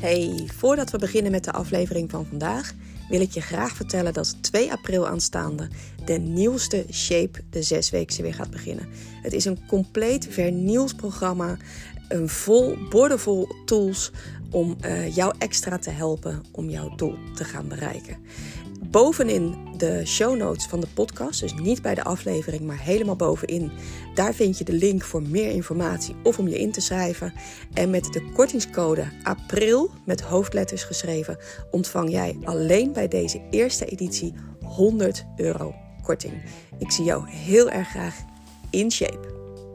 Hey, voordat we beginnen met de aflevering van vandaag, wil ik je graag vertellen dat 2 april aanstaande de nieuwste Shape de 6-weekse weer gaat beginnen. Het is een compleet vernieuwd programma, een boordevol tools om jou extra te helpen om jouw doel te gaan bereiken. Bovenin de show notes van de podcast, dus niet bij de aflevering, maar helemaal bovenin. Daar vind je de link voor meer informatie of om je in te schrijven. En met de kortingscode APRIL, met hoofdletters geschreven, ontvang jij alleen bij deze eerste editie €100 korting. Ik zie jou heel erg graag in Shape.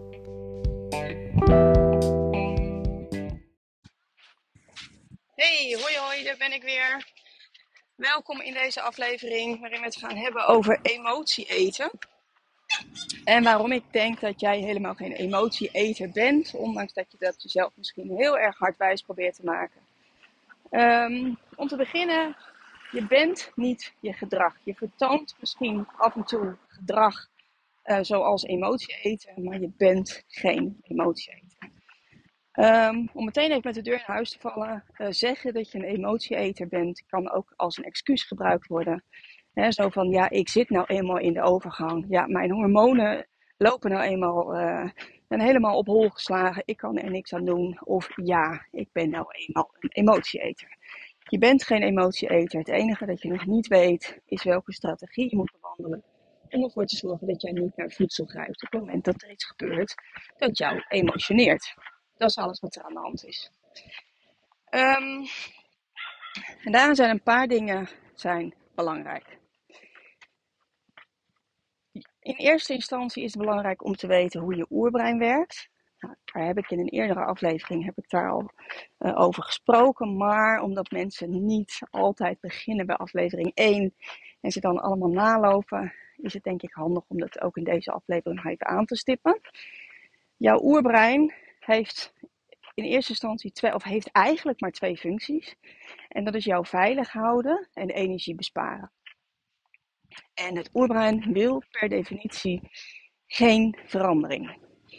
Hey, hoi, daar ben ik weer. Welkom in deze aflevering waarin we het gaan hebben over emotie eten. En waarom ik denk dat jij helemaal geen emotie-eter bent, ondanks dat je dat jezelf misschien heel erg hard wijs probeert te maken. Om te beginnen, je bent niet je gedrag. Je vertoont misschien af en toe gedrag zoals emotie eten, maar je bent geen emotie eter. Om meteen even met de deur in huis te vallen, zeggen dat je een emotie-eter bent, kan ook als een excuus gebruikt worden. Zo van, ja, ik zit nou eenmaal in de overgang. Ja, mijn hormonen lopen nou eenmaal, ben helemaal op hol geslagen. Ik kan er niks aan doen. Of ja, ik ben nou eenmaal een emotie-eter. Je bent geen emotie-eter. Het enige dat je nog niet weet, is welke strategie je moet bewandelen. Om ervoor te zorgen dat jij niet naar voedsel grijpt op het moment dat er iets gebeurt dat jou emotioneert. Dat is alles wat er aan de hand is. En daarom zijn een paar dingen belangrijk. In eerste instantie is het belangrijk om te weten hoe je oerbrein werkt. Nou, daar heb ik in een eerdere aflevering daar al over gesproken. Maar omdat mensen niet altijd beginnen bij aflevering 1 en ze dan allemaal nalopen, is het denk ik handig om dat ook in deze aflevering even aan te stippen. Jouw oerbrein heeft in eerste instantie heeft eigenlijk maar 2 functies. En dat is jou veilig houden en energie besparen. En het oerbrein wil per definitie geen verandering.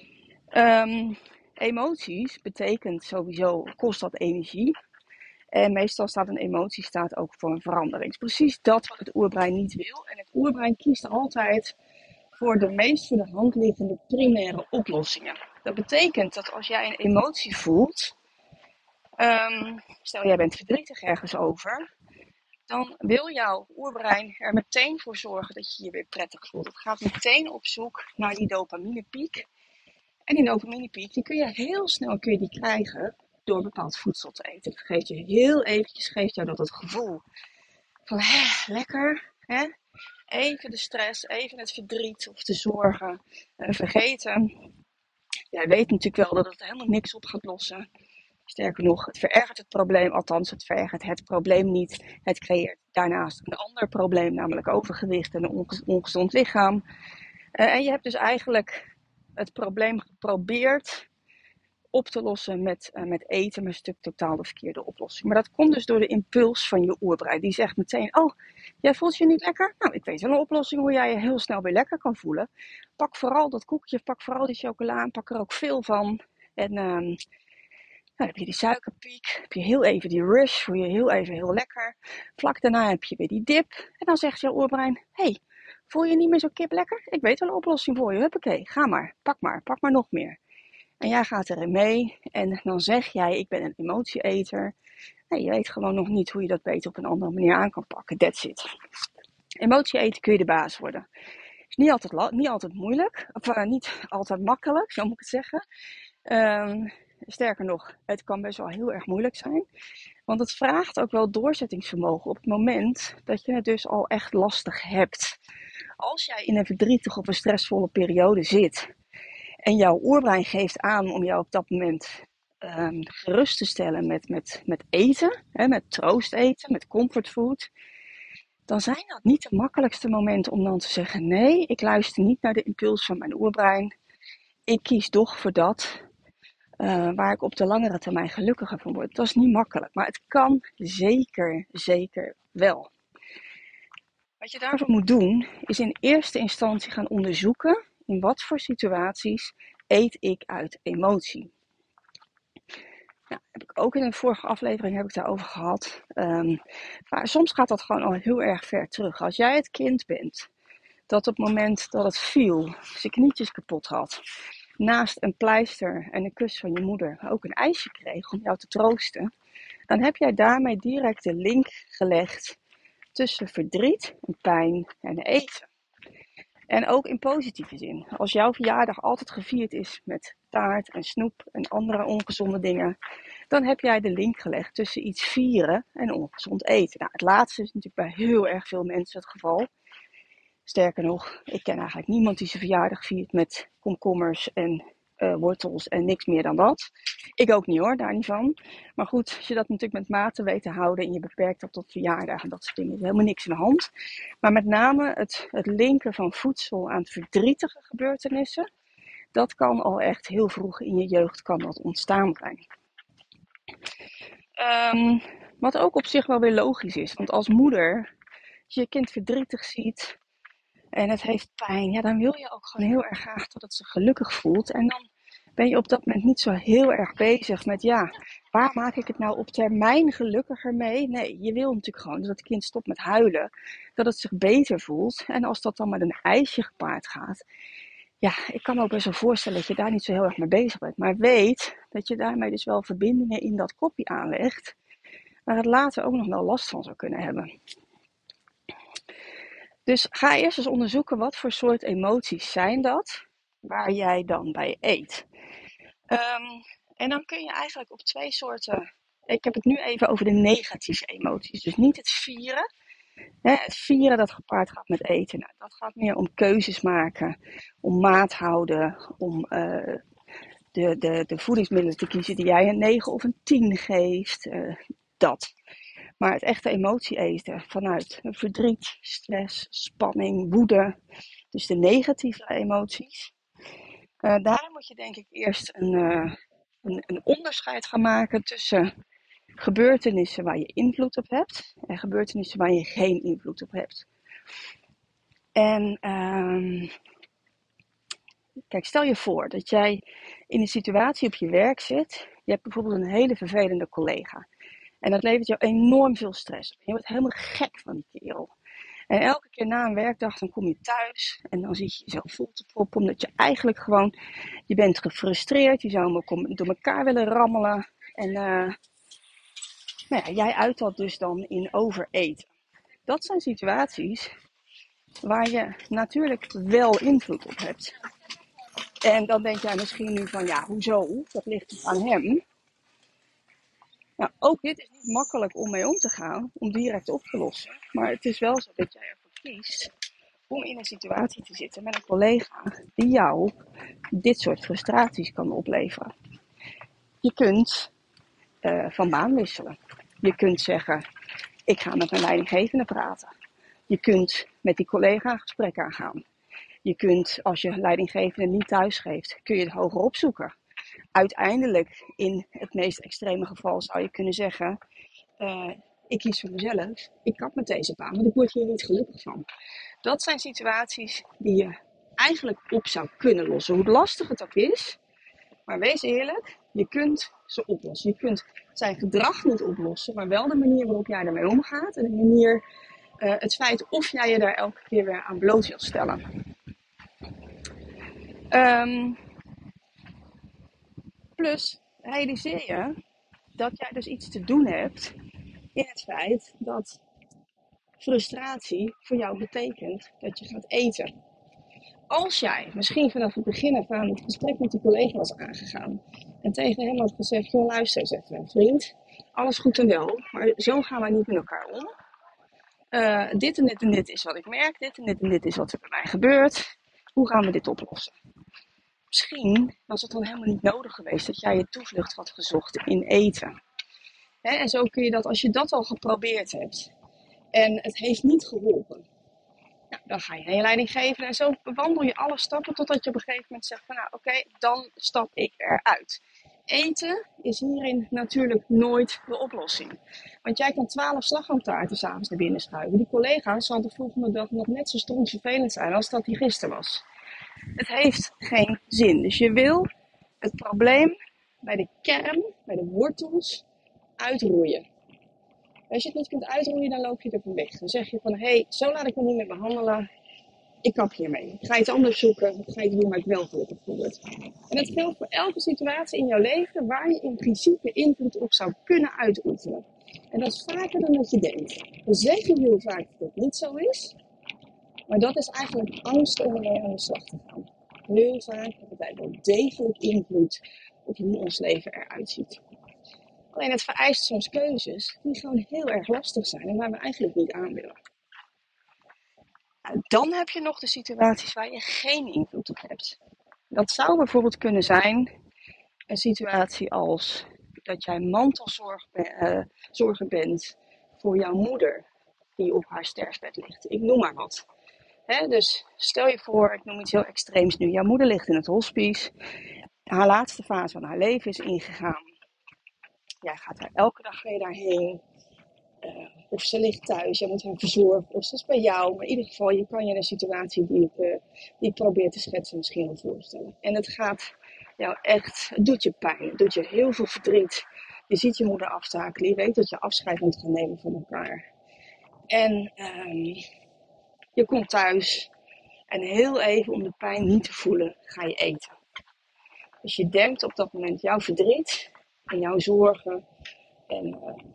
Emoties betekent sowieso, kost dat energie. En meestal staat een emotie ook voor een verandering. Het is precies dat wat het oerbrein niet wil. En het oerbrein kiest altijd voor de meest voor de hand liggende primaire oplossingen. Dat betekent dat als jij een emotie voelt, stel jij bent verdrietig ergens over, dan wil jouw oerbrein er meteen voor zorgen dat je je weer prettig voelt. Het gaat meteen op zoek naar die dopaminepiek. En die dopaminepiek die kun je heel snel krijgen door bepaald voedsel te eten. Dat geeft je heel eventjes, geeft jou dat het gevoel van lekker, even de stress, even het verdriet of de zorgen vergeten. Jij weet natuurlijk wel dat het helemaal niks op gaat lossen. Sterker nog, het verergert het probleem, althans het verergert het probleem niet. Het creëert daarnaast een ander probleem, namelijk overgewicht en een ongezond lichaam. En je hebt dus eigenlijk het probleem geprobeerd op te lossen met eten, maar een stuk totaal de verkeerde oplossing. Maar dat komt dus door de impuls van je oerbrein. Die zegt meteen, oh, jij voelt je niet lekker? Nou, ik weet wel een oplossing hoe jij je heel snel weer lekker kan voelen. Pak vooral dat koekje, pak vooral die chocola en pak er ook veel van. En dan heb je die suikerpiek, heb je heel even die rush, voel je heel even heel lekker. Vlak daarna heb je weer die dip. En dan zegt jouw oerbrein, hey, voel je niet meer zo kip lekker? Ik weet wel een oplossing voor je. Huppakee, ga maar, pak maar nog meer. En jij gaat erin mee en dan zeg jij, ik ben een emotie-eter. Nee, je weet gewoon nog niet hoe je dat beter op een andere manier aan kan pakken. That's it. Emotie eten kun je de baas worden. Is niet altijd moeilijk, of niet altijd makkelijk, zo moet ik het zeggen. Sterker nog, het kan best wel heel erg moeilijk zijn. Want het vraagt ook wel doorzettingsvermogen op het moment dat je het dus al echt lastig hebt. Als jij in een verdrietige of een stressvolle periode zit en jouw oerbrein geeft aan om jou op dat moment gerust te stellen met eten, met troosteten, met comfortfood, dan zijn dat niet de makkelijkste momenten om dan te zeggen, nee, ik luister niet naar de impuls van mijn oerbrein. Ik kies toch voor dat waar ik op de langere termijn gelukkiger van word. Dat is niet makkelijk, maar het kan zeker wel. Wat je daarvoor moet doen, is in eerste instantie gaan onderzoeken in wat voor situaties eet ik uit emotie. Nou, heb ik ook in een vorige aflevering heb ik daarover gehad. Maar soms gaat dat gewoon al heel erg ver terug. Als jij het kind bent dat op het moment dat het viel zijn knietjes kapot had, naast een pleister en een kus van je moeder ook een ijsje kreeg om jou te troosten, dan heb jij daarmee direct de link gelegd tussen verdriet, en pijn en eten. En ook in positieve zin. Als jouw verjaardag altijd gevierd is met taart en snoep en andere ongezonde dingen, dan heb jij de link gelegd tussen iets vieren en ongezond eten. Nou, het laatste is natuurlijk bij heel erg veel mensen het geval. Sterker nog, ik ken eigenlijk niemand die zijn verjaardag viert met komkommers en wortels en niks meer dan dat. Ik ook niet hoor, daar niet van. Maar goed, als je dat natuurlijk met mate weet te houden en je beperkt dat tot verjaardagen en dat soort dingen, is helemaal niks in de hand. Maar met name het linken van voedsel aan verdrietige gebeurtenissen, dat kan al echt heel vroeg in je jeugd kan dat ontstaan zijn. Wat ook op zich wel weer logisch is, want als moeder, als je je kind verdrietig ziet en het heeft pijn, ja, dan wil je ook gewoon heel erg graag dat het zich gelukkig voelt. En dan ben je op dat moment niet zo heel erg bezig met, ja, waar maak ik het nou op termijn gelukkiger mee? Nee, je wil natuurlijk gewoon dat het kind stopt met huilen, dat het zich beter voelt. En als dat dan met een ijsje gepaard gaat, ja, ik kan me ook best wel voorstellen dat je daar niet zo heel erg mee bezig bent. Maar weet dat je daarmee dus wel verbindingen in dat kopje aanlegt, waar het later ook nog wel last van zou kunnen hebben. Dus ga eerst eens onderzoeken wat voor soort emoties zijn dat, waar jij dan bij eet. En dan kun je eigenlijk op twee soorten. Ik heb het nu even over de negatieve emoties. Dus niet het vieren. Het vieren dat gepaard gaat met eten. Nou, dat gaat meer om keuzes maken, om maat houden, om de voedingsmiddelen te kiezen die jij een 9 of een 10 geeft. Dat. Maar het echte emotie eten vanuit verdriet, stress, spanning, woede. Dus de negatieve emoties. Daarin moet je denk ik eerst een onderscheid gaan maken tussen gebeurtenissen waar je invloed op hebt en gebeurtenissen waar je geen invloed op hebt. En kijk, stel je voor dat jij in een situatie op je werk zit. Je hebt bijvoorbeeld een hele vervelende collega. En dat levert jou enorm veel stress op. Je wordt helemaal gek van die kerel. En elke keer na een werkdag dan kom je thuis en dan zit je jezelf vol te proppen. Omdat je eigenlijk gewoon, je bent gefrustreerd. Je zou hem door elkaar willen rammelen. En nou ja, jij uit dat dus dan in overeten. Dat zijn situaties waar je natuurlijk wel invloed op hebt. En dan denk jij misschien nu van, ja, hoezo? Dat ligt dus aan hem. Nou, ook dit is niet makkelijk om mee om te gaan, om direct op te lossen. Maar het is wel zo dat jij ervoor kiest om in een situatie te zitten met een collega die jou dit soort frustraties kan opleveren. Je kunt van baan wisselen. Je kunt zeggen, ik ga met mijn leidinggevende praten. Je kunt met die collega een gesprek aangaan. Je kunt, als je leidinggevende niet thuisgeeft, kun je het hoger opzoeken. Uiteindelijk, in het meest extreme geval, zou je kunnen zeggen, ik kies voor mezelf. Ik kap met deze baan, want ik word hier niet gelukkig van. Dat zijn situaties die je eigenlijk op zou kunnen lossen. Hoe lastig het ook is. Maar wees eerlijk, je kunt ze oplossen. Je kunt zijn gedrag niet oplossen, maar wel de manier waarop jij ermee omgaat. En de manier, het feit of jij je daar elke keer weer aan bloot wil stellen. Plus, realiseer je dat jij dus iets te doen hebt in het feit dat frustratie voor jou betekent dat je gaat eten. Als jij misschien vanaf het begin af aan het gesprek met die collega was aangegaan en tegen hem had gezegd, joh, luister eens even, vriend, alles goed en wel, maar zo gaan wij niet met elkaar om. Dit en dit en dit is wat ik merk, dit en dit is wat er bij mij gebeurt. Hoe gaan we dit oplossen? Misschien was het dan helemaal niet nodig geweest dat jij je toevlucht had gezocht in eten. En zo kun je dat, als je dat al geprobeerd hebt en het heeft niet geholpen, nou, dan ga je naar je leidinggevende en zo bewandel je alle stappen totdat je op een gegeven moment zegt van nou oké, dan stap ik eruit. Eten is hierin natuurlijk nooit de oplossing. Want jij kan 12 slagroomtaarten s'avonds naar binnen schuiven. Die collega zal de volgende dag nog net zo strontvervelend zijn als dat die gisteren was. Het heeft geen zin. Dus je wil het probleem bij de kern, bij de wortels, uitroeien. Als je het niet kunt uitroeien, dan loop je er van weg. Dan zeg je van, hé, zo laat ik me niet meer behandelen. Ik kap hiermee. Ik ga iets anders zoeken. Ik ga iets doen waar ik wel gelukkig van word. En dat geldt voor elke situatie in jouw leven waar je in principe invloed op zou kunnen uitoefenen. En dat is vaker dan dat je denkt. We zeggen heel vaak dat het niet zo is. Maar dat is eigenlijk angst om ermee aan de slag te gaan. Heel vaak hebben wij wel degelijk invloed op hoe ons leven eruit ziet. Alleen het vereist soms keuzes die gewoon heel erg lastig zijn en waar we eigenlijk niet aan willen. Nou, dan heb je nog de situaties waar je geen invloed op hebt. Dat zou kunnen zijn een situatie als dat jij mantelzorger bent voor jouw moeder die op haar sterfbed ligt. Ik noem maar wat. Dus stel je voor, ik noem iets heel extreems nu. Jouw moeder ligt in het hospice. Haar laatste fase van haar leven is ingegaan. Jij gaat daar elke dag weer daarheen. Of ze ligt thuis, jij moet haar verzorgen. Of ze is bij jou. Maar in ieder geval, je kan je de situatie die ik probeer te schetsen misschien wel voorstellen. En het gaat jou echt, het doet je pijn. Het doet je heel veel verdriet. Je ziet je moeder aftakelen. Je weet dat je afscheid moet gaan nemen van elkaar. En je komt thuis. En heel even om de pijn niet te voelen, ga je eten. Dus je dempt op dat moment jouw verdriet en jouw zorgen en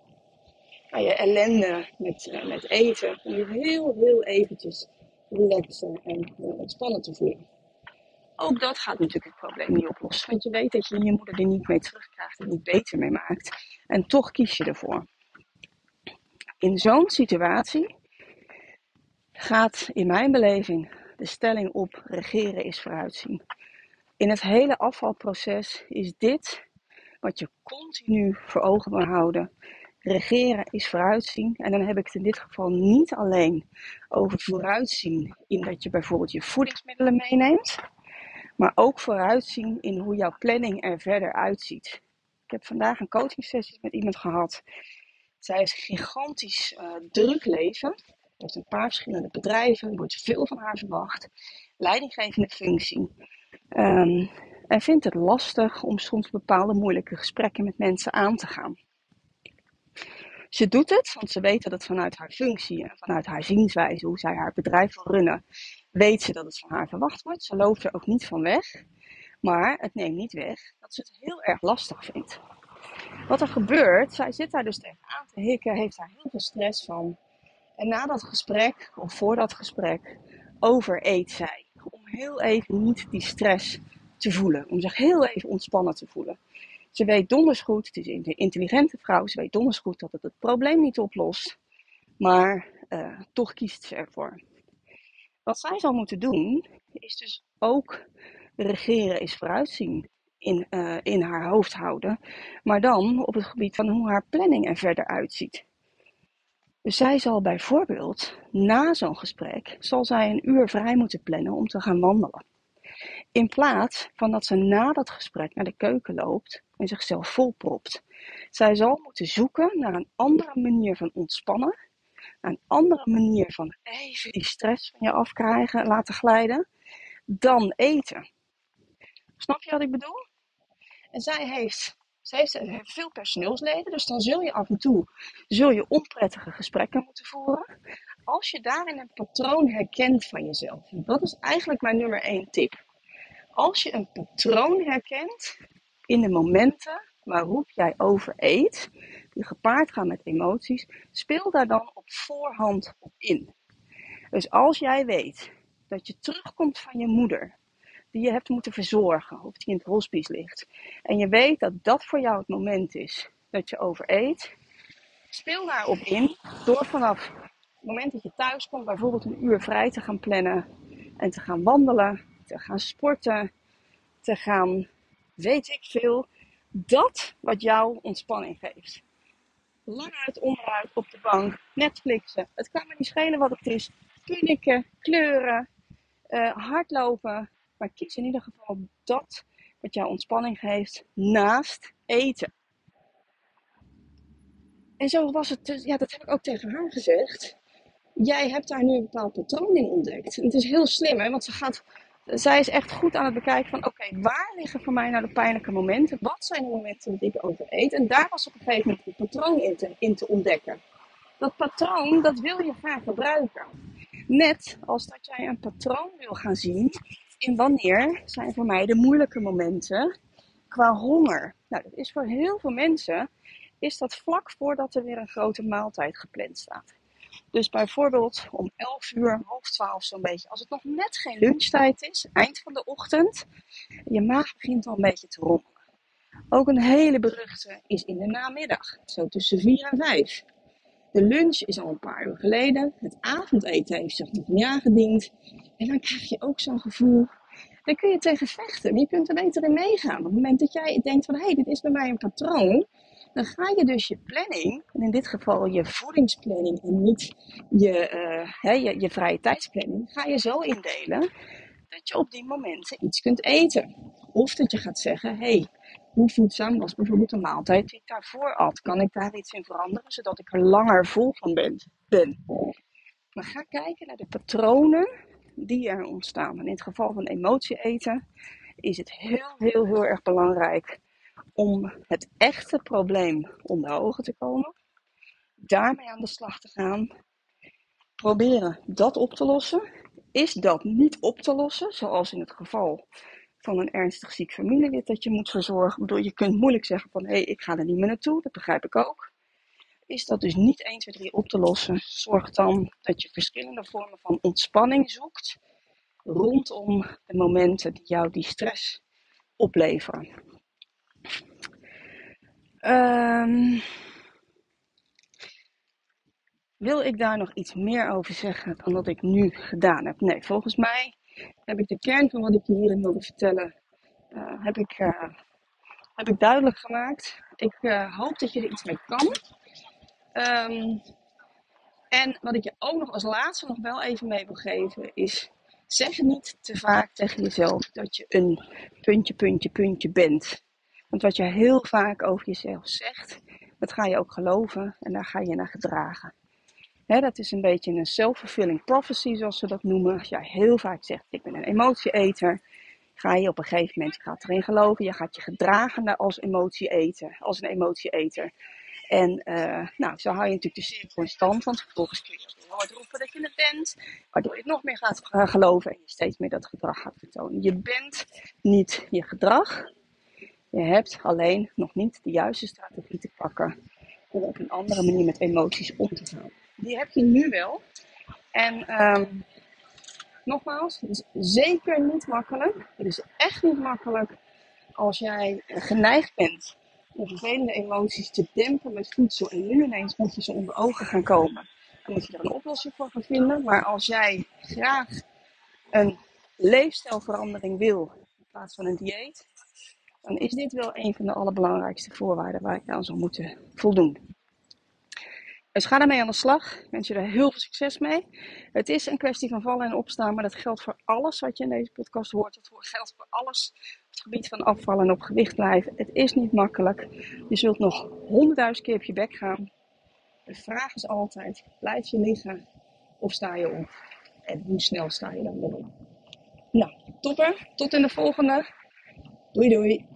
je ellende met eten. Om je heel eventjes relaxen en ontspannen te voelen. Ook dat gaat natuurlijk het probleem niet oplossen. Want je weet dat je je moeder er niet mee terugkrijgt en niet beter mee maakt. En toch kies je ervoor. In zo'n situatie gaat in mijn beleving de stelling op regeren is vooruitzien. In het hele afvalproces is dit wat je continu voor ogen moet houden. Regeren is vooruitzien. En dan heb ik het in dit geval niet alleen over vooruitzien in dat je bijvoorbeeld je voedingsmiddelen meeneemt. Maar ook vooruitzien in hoe jouw planning er verder uitziet. Ik heb vandaag een coachingsessie met iemand gehad. Zij heeft een gigantisch druk leven. Ze heeft een paar verschillende bedrijven. Er wordt veel van haar verwacht. Leidinggevende functie. En vindt het lastig om soms bepaalde moeilijke gesprekken met mensen aan te gaan. Ze doet het, want ze weet dat het vanuit haar functie en vanuit haar zienswijze, hoe zij haar bedrijf wil runnen, weet ze dat het van haar verwacht wordt. Ze loopt er ook niet van weg. Maar het neemt niet weg dat ze het heel erg lastig vindt. Wat er gebeurt, zij zit daar dus tegenaan te hikken, heeft daar heel veel stress van. En na dat gesprek, of voor dat gesprek, overeet zij. Om heel even niet die stress te voelen. Om zich heel even ontspannen te voelen. Ze weet donders goed, het is een intelligente vrouw, ze weet donders goed dat het het probleem niet oplost. Maar toch kiest ze ervoor. Wat zij zal moeten doen, is dus ook regeren is vooruitzien in haar hoofd houden. Maar dan op het gebied van hoe haar planning er verder uitziet. Dus zij zal bijvoorbeeld na zo'n gesprek, zal zij een uur vrij moeten plannen om te gaan wandelen. In plaats van dat ze na dat gesprek naar de keuken loopt en zichzelf volpropt. Zij zal moeten zoeken naar een andere manier van ontspannen. Naar een andere manier van even die stress van je afkrijgen, laten glijden. Dan eten. Snap je wat ik bedoel? En zij heeft veel personeelsleden, dus dan zul je af en toe onprettige gesprekken moeten voeren. Als je daarin een patroon herkent van jezelf. Dat is eigenlijk mijn nummer 1 tip. Als je een patroon herkent in de momenten waarop jij overeet, die gepaard gaan met emoties, speel daar dan op voorhand op in. Dus als jij weet dat je terugkomt van je moeder, die je hebt moeten verzorgen, of die in het hospice ligt, en je weet dat dat voor jou het moment is dat je overeet, speel daarop in door vanaf het moment dat je thuis komt bijvoorbeeld een uur vrij te gaan plannen en te gaan wandelen, te gaan sporten, te gaan, weet ik veel, dat wat jou ontspanning geeft. Lang uit, onderuit, op de bank, Netflixen, het kan me niet schelen wat het is, punniken, kleuren, hardlopen, maar kies in ieder geval dat wat jou ontspanning geeft naast eten. En zo was het, dat heb ik ook tegen haar gezegd. Jij hebt daar nu een bepaald patroon in ontdekt. En het is heel slim, hè, want ze gaat Zij is echt goed aan het bekijken van oké, waar liggen voor mij nou de pijnlijke momenten? Wat zijn de momenten dat ik overeet? En daar was op een gegeven moment een patroon in te ontdekken. Dat patroon, dat wil je graag gebruiken. Net als dat jij een patroon wil gaan zien in wanneer zijn voor mij de moeilijke momenten qua honger. Nou, dat is voor heel veel mensen, is dat vlak voordat er weer een grote maaltijd gepland staat. Dus bijvoorbeeld om 11 uur, half 12 zo'n beetje. Als het nog net geen lunchtijd is, eind van de ochtend. Je maag begint al een beetje te rommelen. Ook een hele beruchte is in de namiddag. Zo tussen 4 en 5. De lunch is al een paar uur geleden. Het avondeten heeft zich nog niet aangediend. En dan krijg je ook zo'n gevoel. Dan kun je tegen vechten. Je kunt er beter in meegaan. Op het moment dat jij denkt van, hé, dit is bij mij een patroon. Dan ga je dus je planning, en in dit geval je voedingsplanning en niet je vrije tijdsplanning, ga je zo indelen dat je op die momenten iets kunt eten. Of dat je gaat zeggen, hé, hoe voedzaam was bijvoorbeeld de maaltijd die ik daarvoor at? Kan ik daar iets in veranderen, zodat ik er langer vol van ben? Maar ga kijken naar de patronen die er ontstaan. En in het geval van emotie eten is het heel erg belangrijk om het echte probleem onder ogen te komen. Daarmee aan de slag te gaan. Proberen dat op te lossen. Is dat niet op te lossen, zoals in het geval van een ernstig ziek familielid dat je moet verzorgen. Ik bedoel, je kunt moeilijk zeggen van, hé, ik ga er niet meer naartoe. Dat begrijp ik ook. Is dat dus niet 1, 2, 3 op te lossen. Zorg dan dat je verschillende vormen van ontspanning zoekt. Rondom de momenten die jou die stress opleveren. Wil ik daar nog iets meer over zeggen dan dat ik nu gedaan heb? Nee, volgens mij heb ik de kern van wat ik je hierin wilde vertellen, heb ik duidelijk gemaakt. Ik hoop dat je er iets mee kan. En wat ik je ook nog als laatste nog wel even mee wil geven is, zeg niet te vaak tegen jezelf dat je een puntje bent. Want wat je heel vaak over jezelf zegt, dat ga je ook geloven en daar ga je naar gedragen. Dat is een beetje een self-fulfilling prophecy, zoals ze dat noemen. Als jij heel vaak zegt, ik ben een emotieeter, ga je op een gegeven moment erin geloven. Je gaat je gedragen als een emotieeter. En zo hou je natuurlijk de cirkel in stand, want vervolgens kun je ook hard roepen dat je het bent, waardoor je het nog meer gaat geloven en je steeds meer dat gedrag gaat vertonen. Je bent niet je gedrag. Je hebt alleen nog niet de juiste strategie te pakken om op een andere manier met emoties om te gaan. Die heb je nu wel. En nogmaals, het is zeker niet makkelijk. Het is echt niet makkelijk als jij geneigd bent om vervelende emoties te dempen met voedsel. En nu ineens moet je ze onder ogen gaan komen. Dan moet je er een oplossing voor gaan vinden. Maar als jij graag een leefstijlverandering wil in plaats van een dieet, dan is dit wel een van de allerbelangrijkste voorwaarden waar je aan zou moeten voldoen. Dus ga daarmee aan de slag. Ik wens je er heel veel succes mee. Het is een kwestie van vallen en opstaan, maar dat geldt voor alles wat je in deze podcast hoort. Dat geldt voor alles op het gebied van afvallen en op gewicht blijven. Het is niet makkelijk. Je zult nog 100.000 keer op je bek gaan. De vraag is altijd, blijf je liggen of sta je op? En hoe snel sta je dan weer op? Nou, topper. Tot in de volgende. Doei doei.